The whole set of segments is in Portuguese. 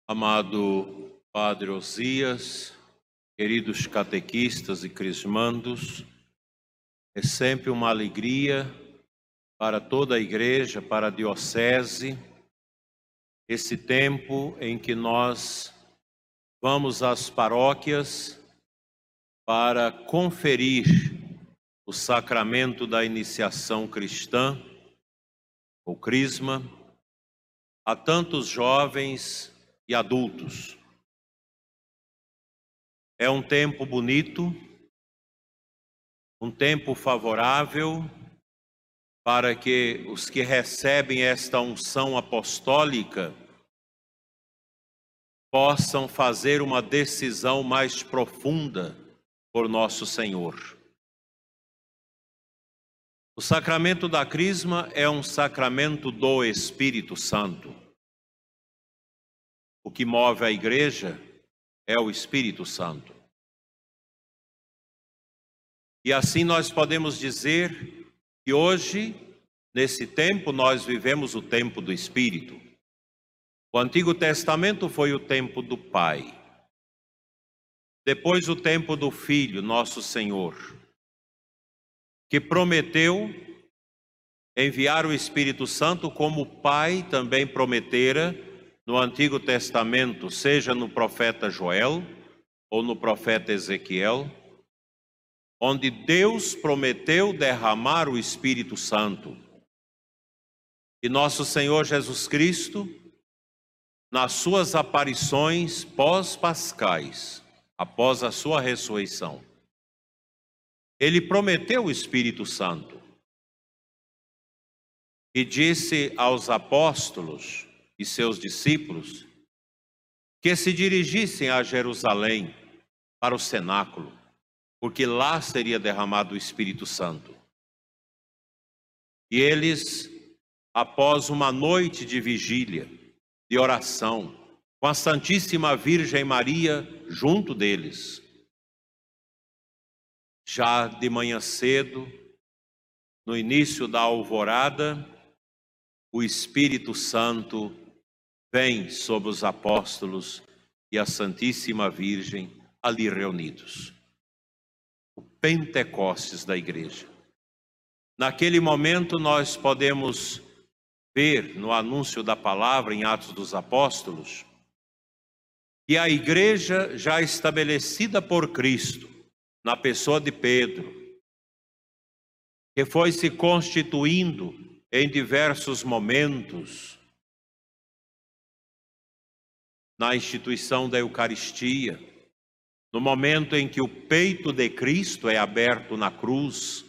Amado Padre Osias, queridos catequistas e crismandos, é sempre uma alegria para toda a Igreja, para a Diocese, esse tempo em que nós vamos às paróquias para conferir o sacramento da iniciação cristã, o crisma, a tantos jovens e adultos. É um tempo bonito, um tempo favorável para que os que recebem esta unção apostólica possam fazer uma decisão mais profunda por nosso Senhor. O sacramento da crisma é um sacramento do Espírito Santo. O que move a Igreja é o Espírito Santo. E assim nós podemos dizer que hoje, nesse tempo, nós vivemos o tempo do Espírito. O Antigo Testamento foi o tempo do Pai. Depois o tempo do Filho, nosso Senhor, que prometeu enviar o Espírito Santo como o Pai também prometera no Antigo Testamento, seja no profeta Joel ou no profeta Ezequiel, onde Deus prometeu derramar o Espírito Santo. E nosso Senhor Jesus Cristo, nas suas aparições pós-pascais, após a sua ressurreição, ele prometeu o Espírito Santo e disse aos apóstolos e seus discípulos que se dirigissem a Jerusalém para o cenáculo, porque lá seria derramado o Espírito Santo. E eles, após uma noite de vigília, de oração, com a Santíssima Virgem Maria junto deles, já de manhã cedo, no início da alvorada, o Espírito Santo vem sobre os apóstolos e a Santíssima Virgem ali reunidos. O Pentecostes da Igreja. Naquele momento nós podemos ver no anúncio da palavra em Atos dos Apóstolos que a Igreja já estabelecida por Cristo, na pessoa de Pedro, que foi se constituindo em diversos momentos na instituição da Eucaristia, no momento em que o peito de Cristo é aberto na cruz,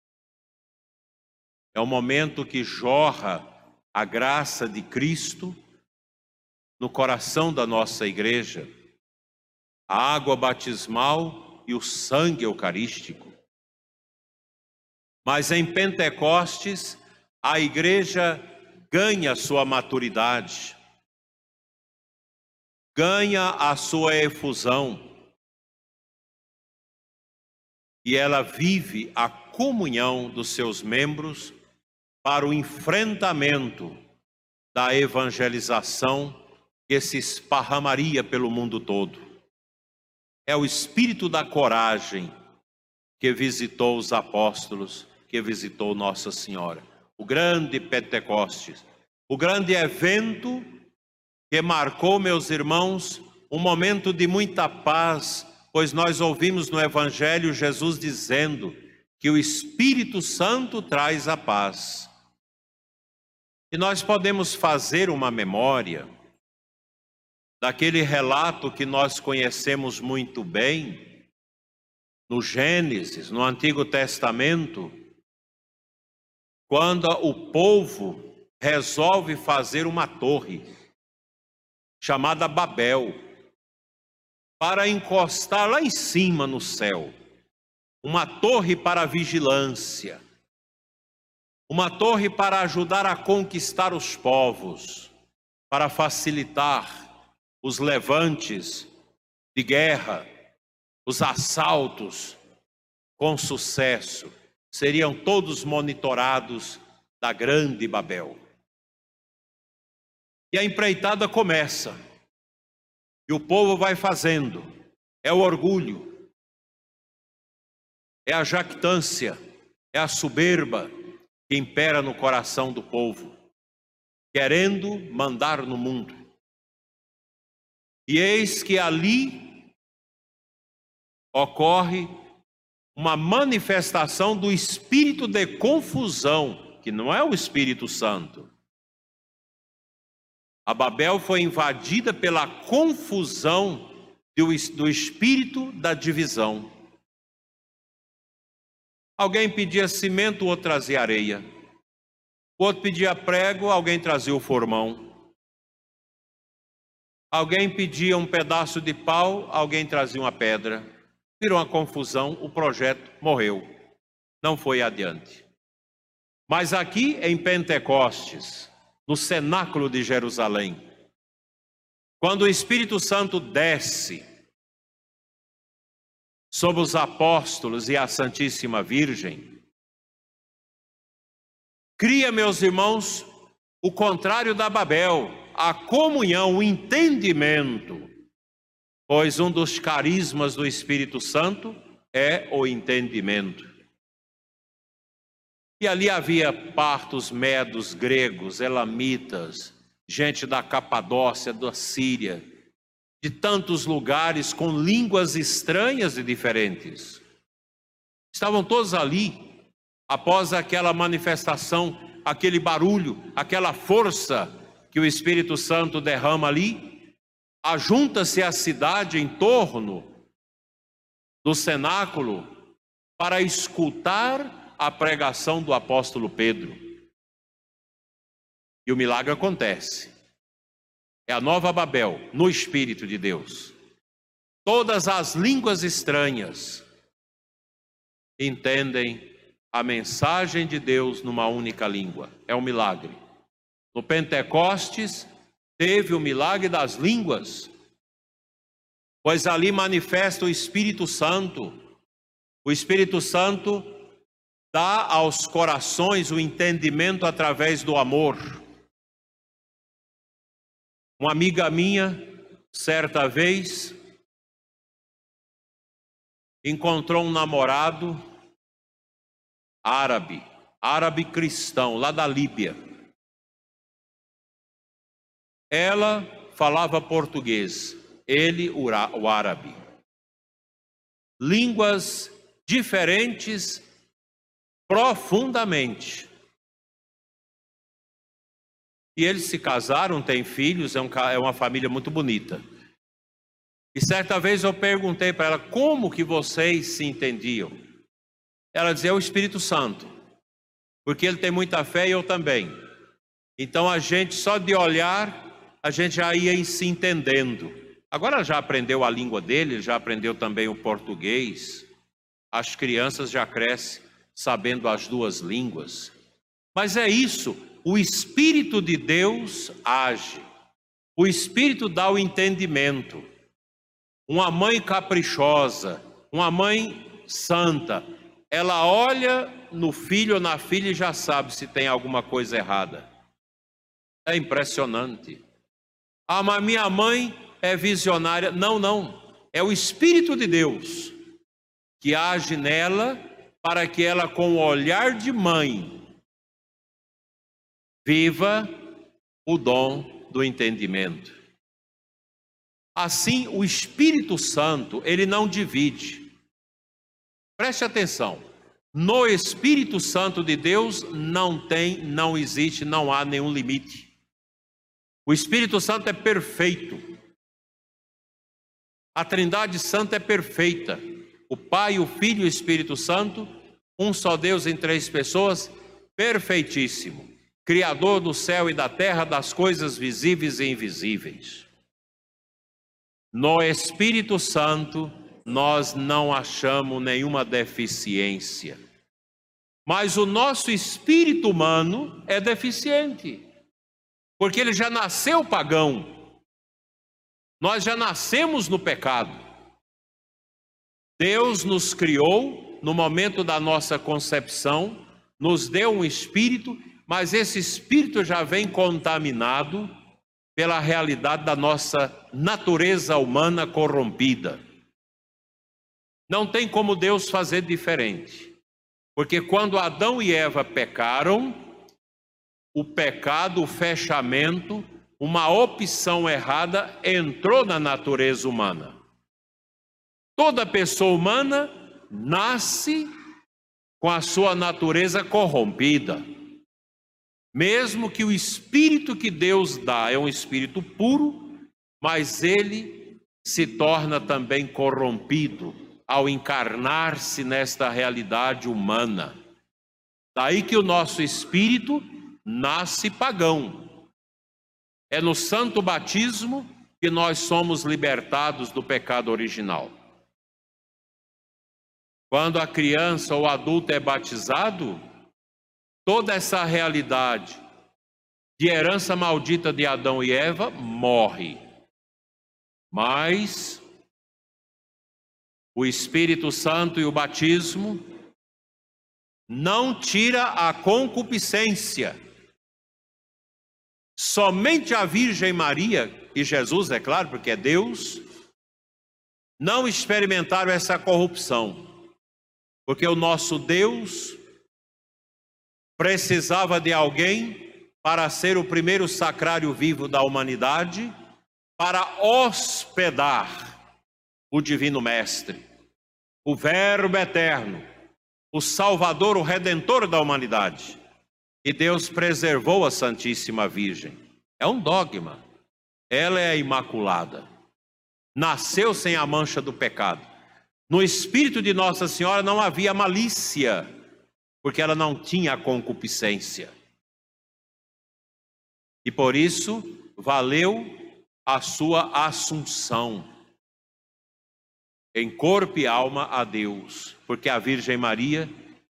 é o momento que jorra a graça de Cristo no coração da nossa Igreja, a água batismal e o sangue eucarístico. Mas em Pentecostes, a Igreja ganha sua maturidade, ganha a sua efusão, e ela vive a comunhão dos seus membros para o enfrentamento da evangelização que se esparramaria pelo mundo todo. É o espírito da coragem que visitou os apóstolos, que visitou Nossa Senhora. O grande Pentecostes, o grande evento que marcou, meus irmãos, um momento de muita paz, pois nós ouvimos no Evangelho Jesus dizendo que o Espírito Santo traz a paz. E nós podemos fazer uma memória daquele relato que nós conhecemos muito bem, no Gênesis, no Antigo Testamento, quando o povo resolve fazer uma torre, chamada Babel, para encostar lá em cima no céu, uma torre para vigilância, uma torre para ajudar a conquistar os povos, para facilitar os levantes de guerra, os assaltos com sucesso, seriam todos monitorados da grande Babel. E a empreitada começa. E o povo vai fazendo. É o orgulho, é a jactância, é a soberba que impera no coração do povo, querendo mandar no mundo. E eis que ali ocorre uma manifestação do espírito de confusão, que não é o Espírito Santo. A Babel foi invadida pela confusão do espírito da divisão. Alguém pedia cimento, o outro trazia areia. O outro pedia prego, alguém trazia o formão. Alguém pedia um pedaço de pau, alguém trazia uma pedra. Virou uma confusão, o projeto morreu. Não foi adiante. Mas aqui em Pentecostes, no cenáculo de Jerusalém, quando o Espírito Santo desce sobre os apóstolos e a Santíssima Virgem, cria, meus irmãos, o contrário da Babel, a comunhão, o entendimento, pois um dos carismas do Espírito Santo é o entendimento. E ali havia partos, medos, gregos, elamitas, gente da Capadócia, da Síria, de tantos lugares com línguas estranhas e diferentes. Estavam todos ali, após aquela manifestação, aquele barulho, aquela força que o Espírito Santo derrama ali, ajunta-se a cidade em torno do cenáculo para escutar a pregação do apóstolo Pedro. E o milagre acontece. É a nova Babel, no Espírito de Deus. Todas as línguas estranhas entendem a mensagem de Deus numa única língua. É um milagre. No Pentecostes, teve o milagre das línguas, pois ali manifesta o Espírito Santo. O Espírito Santo dá aos corações o entendimento através do amor. Uma amiga minha, certa vez, encontrou um namorado árabe cristão, lá da Líbia. Ela falava português, ele o árabe. Línguas diferentes profundamente. E eles se casaram, têm filhos, é uma família muito bonita. E certa vez eu perguntei para ela, como que vocês se entendiam? Ela dizia, é o Espírito Santo, porque ele tem muita fé e eu também. Então a gente, só de olhar, a gente já ia se entendendo. Agora ela já aprendeu a língua dele, já aprendeu também o português. As crianças já crescem sabendo as duas línguas. Mas é isso, o Espírito de Deus age. O Espírito dá o entendimento. Uma mãe caprichosa, uma mãe santa, ela olha no filho ou na filha e já sabe se tem alguma coisa errada. É impressionante. Ah, mas minha mãe é visionária. Não. É o Espírito de Deus que age nela para que ela, com o olhar de mãe, viva o dom do entendimento. Assim, o Espírito Santo, ele não divide. Preste atenção. No Espírito Santo de Deus não existe, não há nenhum limite. O Espírito Santo é perfeito. A Trindade Santa é perfeita. O Pai, o Filho e o Espírito Santo, um só Deus em três pessoas, perfeitíssimo. Criador do céu e da terra, das coisas visíveis e invisíveis. No Espírito Santo, nós não achamos nenhuma deficiência. Mas o nosso espírito humano é deficiente, porque ele já nasceu pagão. Nós já nascemos no pecado. Deus nos criou no momento da nossa concepção, nos deu um espírito, mas esse espírito já vem contaminado pela realidade da nossa natureza humana corrompida. Não tem como Deus fazer diferente, porque quando Adão e Eva pecaram, o pecado, o fechamento, uma opção errada entrou na natureza humana. Toda pessoa humana nasce com a sua natureza corrompida. Mesmo que o espírito que Deus dá é um espírito puro, mas ele se torna também corrompido ao encarnar-se nesta realidade humana. Daí que o nosso espírito nasce pagão. É no santo batismo que nós somos libertados do pecado original. Quando a criança ou adulto é batizado, toda essa realidade de herança maldita de Adão e Eva morre. Mas o Espírito Santo e o batismo não tira a concupiscência. Somente a Virgem Maria e Jesus, é claro, porque é Deus, não experimentaram essa corrupção. Porque o nosso Deus precisava de alguém para ser o primeiro sacrário vivo da humanidade, para hospedar o Divino Mestre, o Verbo Eterno, o Salvador, o Redentor da humanidade. E Deus preservou a Santíssima Virgem. É um dogma. Ela é a Imaculada. Nasceu sem a mancha do pecado. No espírito de Nossa Senhora não havia malícia, porque ela não tinha a concupiscência. E por isso valeu a sua assunção em corpo e alma a Deus, porque a Virgem Maria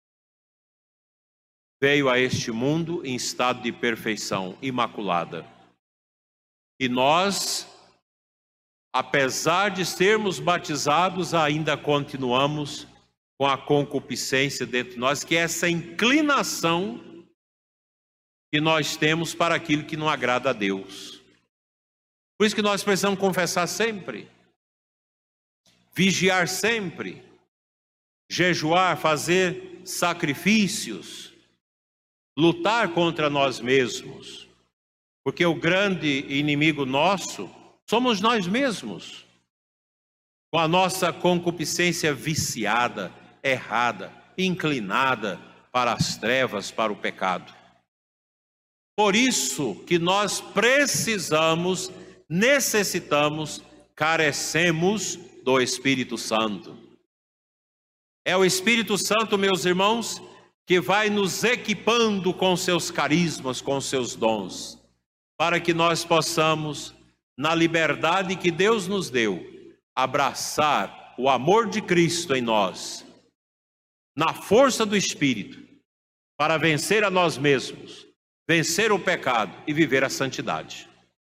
veio a este mundo em estado de perfeição, imaculada. E nós, apesar de sermos batizados, ainda continuamos com a concupiscência dentro de nós, que é essa inclinação que nós temos para aquilo que não agrada a Deus. Por isso que nós precisamos confessar sempre, vigiar sempre, jejuar, fazer sacrifícios, lutar contra nós mesmos, porque o grande inimigo nosso somos nós mesmos, com a nossa concupiscência viciada, errada, inclinada para as trevas, para o pecado. Por isso que nós precisamos, necessitamos, carecemos do Espírito Santo. É o Espírito Santo, meus irmãos, que vai nos equipando com seus carismas, com seus dons, para que nós possamos, na liberdade que Deus nos deu, abraçar o amor de Cristo em nós, na força do Espírito, para vencer a nós mesmos, vencer o pecado e viver a santidade.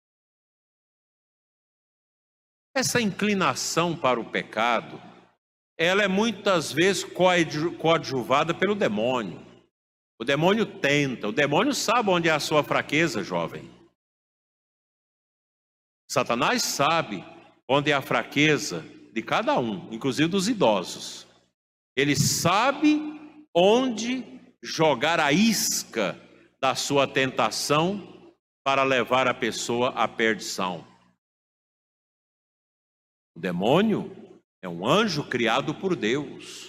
Essa inclinação para o pecado, ela é muitas vezes coadjuvada pelo demônio. O demônio tenta, o demônio sabe onde é a sua fraqueza, jovem. Satanás sabe onde é a fraqueza de cada um, inclusive dos idosos. Ele sabe onde jogar a isca da sua tentação para levar a pessoa à perdição. O demônio é um anjo criado por Deus,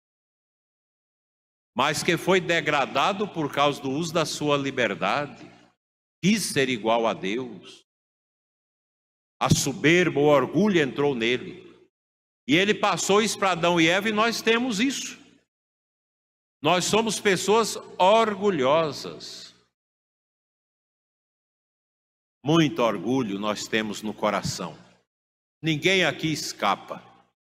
mas que foi degradado por causa do uso da sua liberdade, quis ser igual a Deus. A soberba, o orgulho entrou nele. E ele passou isso para Adão e Eva, e nós temos isso. Nós somos pessoas orgulhosas. Muito orgulho nós temos no coração. Ninguém aqui escapa.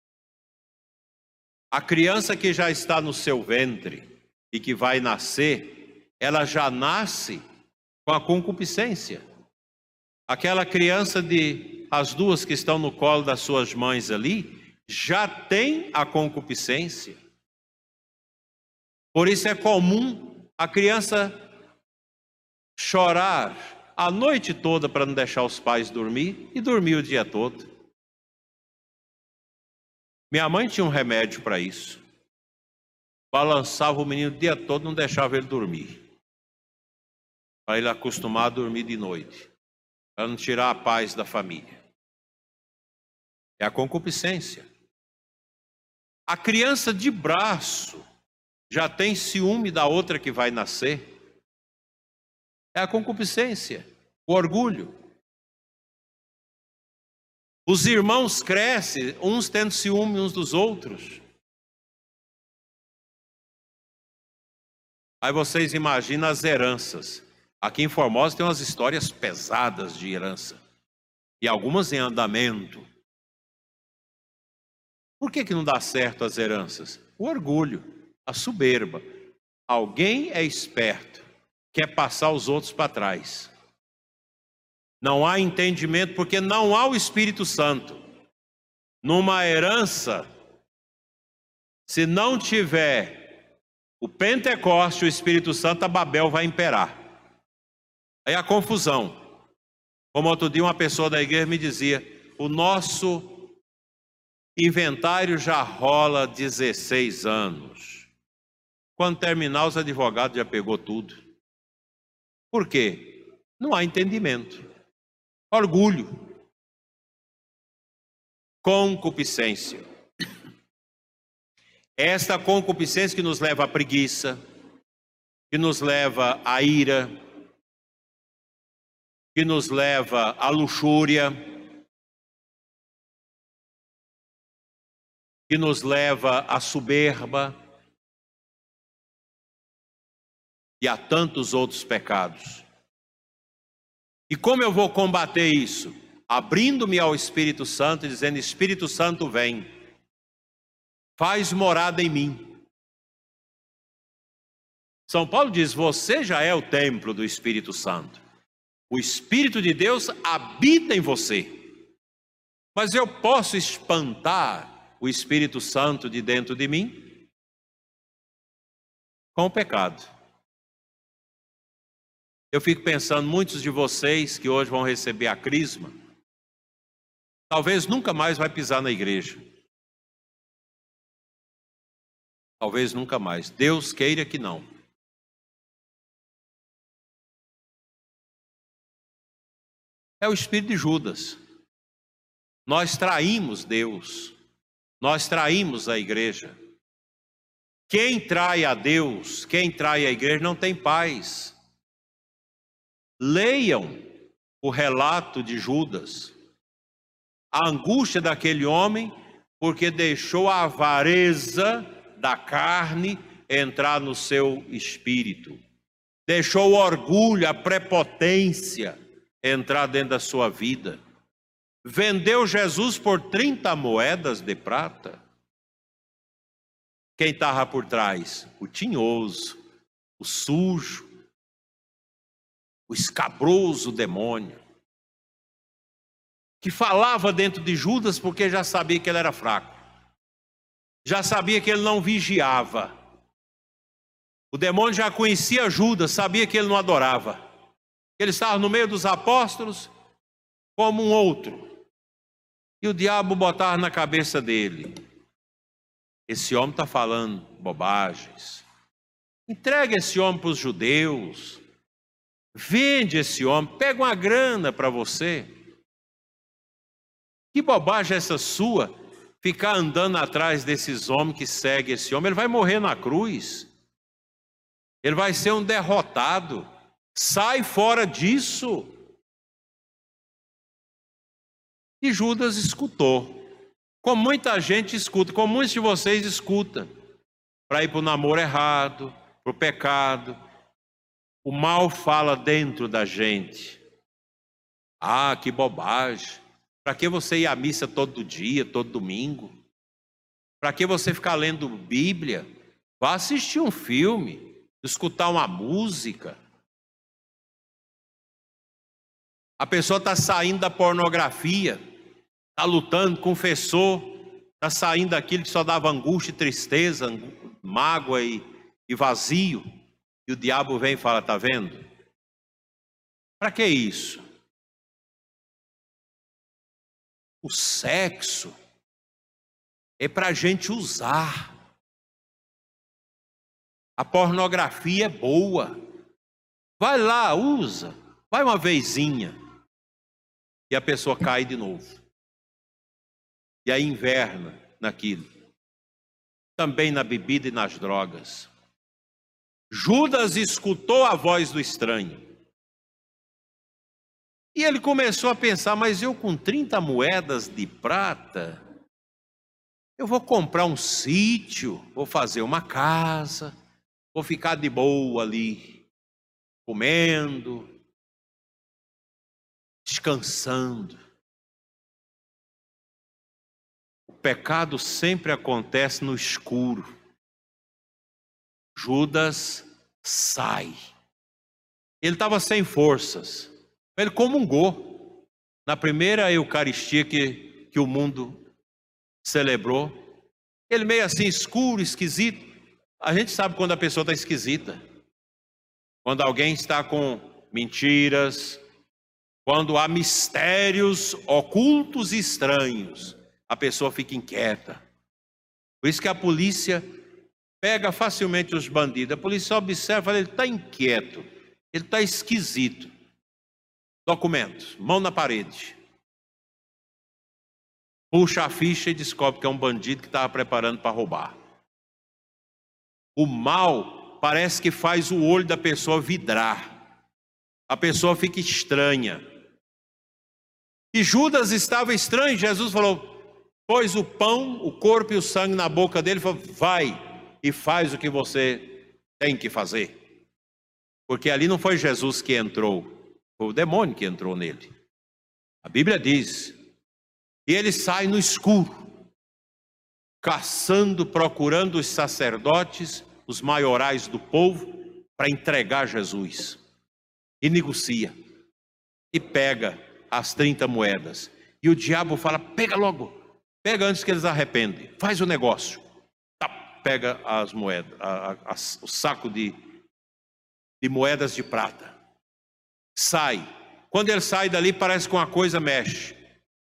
A criança que já está no seu ventre e que vai nascer, ela já nasce com a concupiscência. Aquela criança as duas que estão no colo das suas mães ali, já tem a concupiscência. Por isso é comum a criança chorar a noite toda para não deixar os pais dormir e dormia o dia todo. Minha mãe tinha um remédio para isso. Balançava o menino o dia todo, não deixava ele dormir. Para ele acostumar a dormir de noite. Para não tirar a paz da família. É a concupiscência. A criança de braço já tem ciúme da outra que vai nascer. É a concupiscência, o orgulho. Os irmãos crescem, uns tendo ciúme uns dos outros. Aí vocês imaginam as heranças. Aqui em Formosa tem umas histórias pesadas de herança. E algumas em andamento. Por que não dá certo as heranças? O orgulho, a soberba. Alguém é esperto, quer passar os outros para trás. Não há entendimento porque não há o Espírito Santo. Numa herança, se não tiver o Pentecoste, o Espírito Santo, a Babel vai imperar. Aí a confusão. Como outro dia uma pessoa da igreja me dizia, o nosso inventário já rola 16 anos. Quando terminar, os advogados já pegou tudo. Por quê? Não há entendimento. Orgulho. Concupiscência. Esta concupiscência que nos leva à preguiça, que nos leva à ira, que nos leva à luxúria, que nos leva à soberba e a tantos outros pecados. E como eu vou combater isso? Abrindo-me ao Espírito Santo e dizendo, Espírito Santo vem, faz morada em mim. São Paulo diz, você já é o templo do Espírito Santo. O Espírito de Deus habita em você. Mas eu posso espantar o Espírito Santo de dentro de mim? Com o pecado. Eu fico pensando, muitos de vocês que hoje vão receber a crisma, talvez nunca mais vai pisar na igreja. Talvez nunca mais. Deus queira que não. É o espírito de Judas. Nós traímos Deus. Nós traímos a igreja. Quem trai a Deus, quem trai a igreja não tem paz. Leiam o relato de Judas. A angústia daquele homem, porque deixou a avareza da carne entrar no seu espírito. Deixou o orgulho, a prepotência entrar dentro da sua vida. Vendeu Jesus por 30 moedas de prata. Quem estava por trás? O tinhoso, o sujo, o escabroso demônio, que falava dentro de Judas porque já sabia que ele era fraco. Já sabia que ele não vigiava. O demônio já conhecia Judas, sabia que ele não adorava. Ele estava no meio dos apóstolos como um outro. E o diabo botava na cabeça dele, esse homem está falando bobagens. Entrega esse homem para os judeus. Vende esse homem, pega uma grana para você. Que bobagem é essa sua, ficar andando atrás desses homens que seguem esse homem. Ele vai morrer na cruz. Ele vai ser um derrotado. Sai fora disso. E Judas escutou. Como muita gente escuta, como muitos de vocês escutam. Para ir para o namoro errado, para o pecado. O mal fala dentro da gente. Ah, que bobagem. Para que você ir à missa todo dia, todo domingo? Para que você ficar lendo Bíblia? Vá assistir um filme, escutar uma música. A pessoa está saindo da pornografia, está lutando, confessou, está saindo daquilo que só dava angústia e tristeza, mágoa e vazio. E o diabo vem e fala, está vendo? Para que isso? O sexo é para a gente usar. A pornografia é boa. Vai lá, usa. Vai uma vezinha. E a pessoa cai de novo. E aí inverna naquilo. Também na bebida e nas drogas. Judas escutou a voz do estranho. E ele começou a pensar, mas eu com 30 moedas de prata, eu vou comprar um sítio, vou fazer uma casa, vou ficar de boa ali, comendo, descansando. O pecado sempre acontece no escuro. Judas sai. Ele estava sem forças. Ele comungou. Na primeira Eucaristia que o mundo celebrou. Ele meio assim escuro, esquisito. A gente sabe quando a pessoa está esquisita. Quando alguém está com mentiras. Quando há mistérios ocultos e estranhos. A pessoa fica inquieta. Por isso que a polícia pega facilmente os bandidos. A polícia observa, fala, ele está inquieto, ele está esquisito. Documentos, mão na parede. Puxa a ficha e descobre que é um bandido que estava preparando para roubar. O mal parece que faz o olho da pessoa vidrar. A pessoa fica estranha. E Judas estava estranho. Jesus falou, pôs o pão, o corpo e o sangue na boca dele e falou, vai e faz o que você tem que fazer. Porque ali não foi Jesus que entrou, foi o demônio que entrou nele. A Bíblia diz, e ele sai no escuro, caçando, procurando os sacerdotes, os maiorais do povo, para entregar Jesus. E negocia, e pega as 30 moedas. E o diabo fala, pega logo, pega antes que eles arrependem, faz o negócio. Tá, pega as moedas, o saco de moedas de prata. Sai. Quando ele sai dali, parece que uma coisa mexe.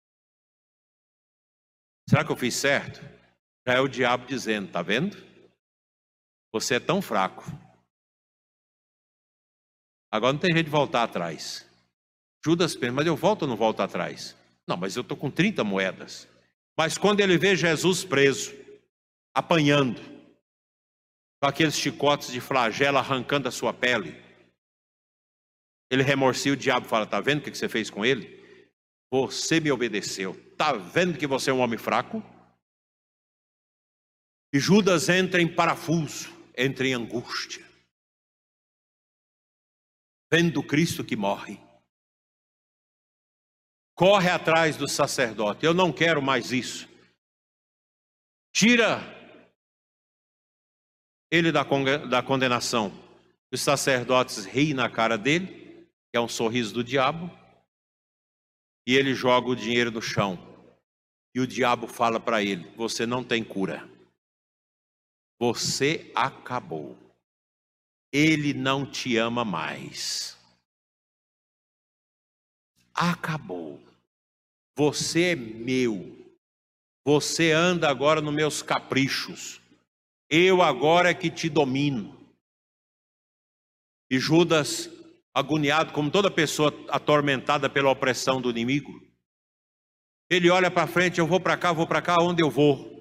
Será que eu fiz certo? Já é o diabo dizendo, tá vendo? Você é tão fraco. Agora não tem jeito de voltar atrás. Judas pensa, mas eu volto ou não volto atrás? Não, mas eu estou com 30 moedas. Mas quando ele vê Jesus preso, apanhando, com aqueles chicotes de flagelo arrancando a sua pele, ele remorcia, o diabo fala, tá vendo o que você fez com ele? Você me obedeceu. Tá vendo que você é um homem fraco? E Judas entra em parafuso, entra em angústia. Vendo Cristo que morre. Corre atrás do sacerdote. Eu não quero mais isso. Tira ele da condenação. Os sacerdotes riem na cara dele, que é um sorriso do diabo. E ele joga o dinheiro no chão. E o diabo fala para ele, você não tem cura. Você acabou. Ele não te ama mais. Acabou. Você é meu. Você anda agora nos meus caprichos. Eu agora é que te domino. E Judas, agoniado, como toda pessoa atormentada pela opressão do inimigo, ele olha para frente, eu vou para cá, onde eu vou?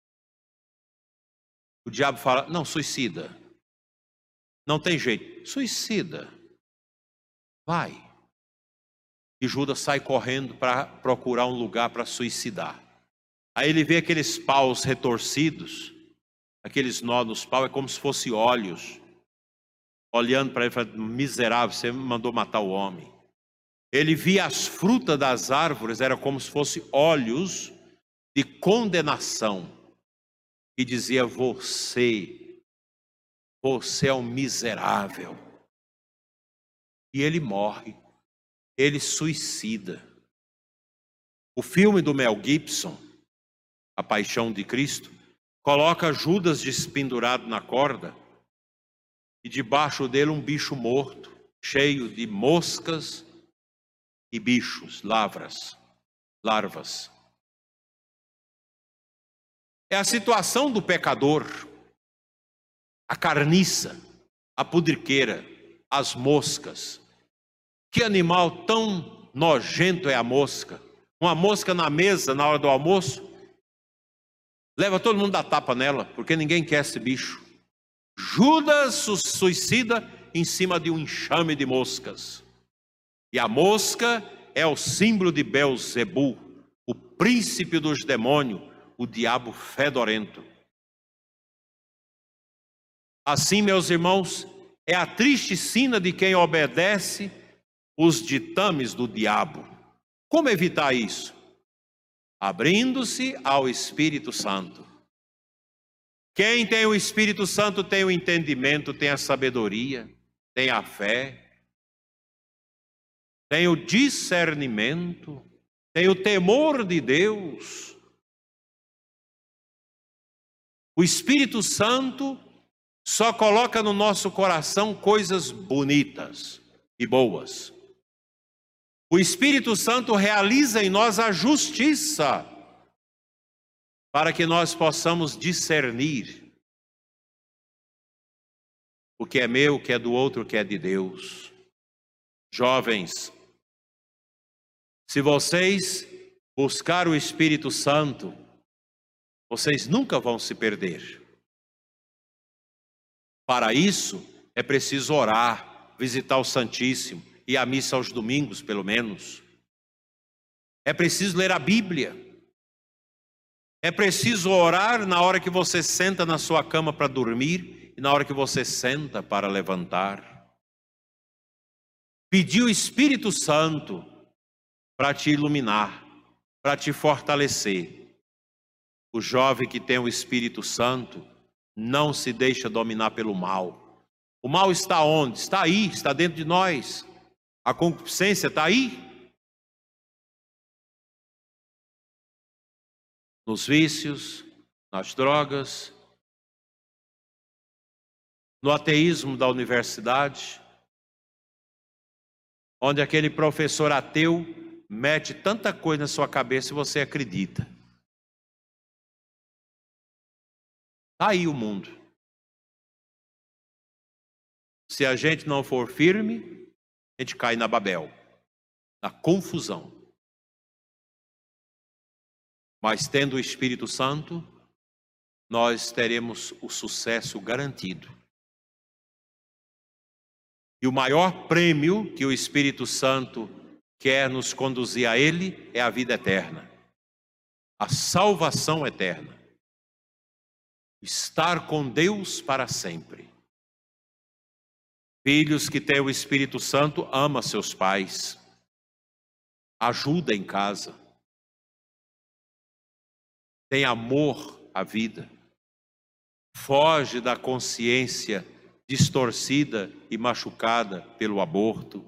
O diabo fala, não, suicida. Não tem jeito, suicida. Vai. E Judas sai correndo para procurar um lugar para suicidar. Aí ele vê aqueles paus retorcidos, aqueles nó nos paus, é como se fossem olhos. Olhando para ele, falando, miserável, você mandou matar o homem. Ele via as frutas das árvores, era como se fossem olhos de condenação. E dizia, você é um miserável. E ele morre, ele suicida. O filme do Mel Gibson, A Paixão de Cristo, coloca Judas despendurado na corda e debaixo dele um bicho morto, cheio de moscas e bichos, larvas. É a situação do pecador, a carniça, a pudriqueira, as moscas. Que animal tão nojento é a mosca? Uma mosca na mesa na hora do almoço, leva todo mundo a tapa nela, porque ninguém quer esse bicho. Judas suicida em cima de um enxame de moscas. E a mosca é o símbolo de Belzebu, o príncipe dos demônios, o diabo fedorento. Assim, meus irmãos, é a triste sina de quem obedece os ditames do diabo. Como evitar isso? Abrindo-se ao Espírito Santo. Quem tem o Espírito Santo tem o entendimento, tem a sabedoria, tem a fé, tem o discernimento, tem o temor de Deus. O Espírito Santo só coloca no nosso coração coisas bonitas e boas. O Espírito Santo realiza em nós a justiça, para que nós possamos discernir o que é meu, o que é do outro, o que é de Deus. Jovens, se vocês buscar o Espírito Santo, vocês nunca vão se perder. Para isso, é preciso orar, visitar o Santíssimo, ir à missa aos domingos, pelo menos. É preciso ler a Bíblia. É preciso orar na hora que você senta na sua cama para dormir e na hora que você senta para levantar. Pedir o Espírito Santo para te iluminar, para te fortalecer. O jovem que tem o Espírito Santo não se deixa dominar pelo mal. O mal está onde? Está aí, está dentro de nós. A concupiscência está aí. Nos vícios, nas drogas, no ateísmo da universidade, onde aquele professor ateu mete tanta coisa na sua cabeça e você acredita. Está aí o mundo. Se a gente não for firme, a gente cai na Babel, na confusão. Mas tendo o Espírito Santo, nós teremos o sucesso garantido. E o maior prêmio que o Espírito Santo quer nos conduzir a Ele é a vida eterna, a salvação eterna. Estar com Deus para sempre. Filhos que têm o Espírito Santo, ama seus pais, ajuda em casa, tem amor à vida, foge da consciência distorcida e machucada pelo aborto.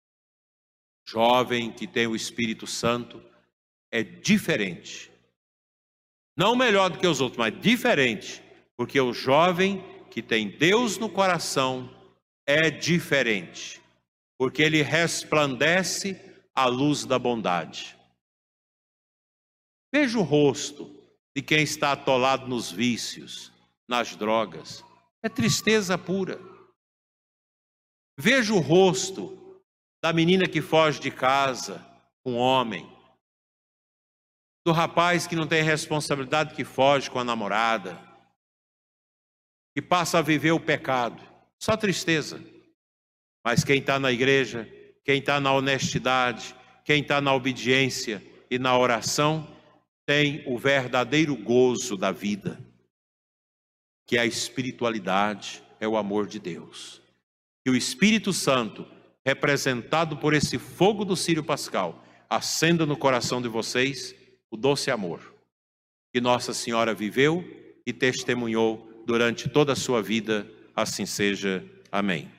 Jovem que tem o Espírito Santo é diferente. Não melhor do que os outros, mas diferente. Porque o jovem que tem Deus no coração é diferente. Porque ele resplandece a luz da bondade. Veja o rosto de quem está atolado nos vícios, nas drogas. É tristeza pura. Veja o rosto da menina que foge de casa com um homem. Do rapaz que não tem responsabilidade, que foge com a namorada. Que passa a viver o pecado. Só tristeza. Mas quem está na igreja, quem está na honestidade, quem está na obediência e na oração, tem o verdadeiro gozo da vida, que é a espiritualidade, é o amor de Deus. E o Espírito Santo, representado por esse fogo do Círio Pascal, acenda no coração de vocês o doce amor que Nossa Senhora viveu e testemunhou durante toda a sua vida. Assim seja. Amém.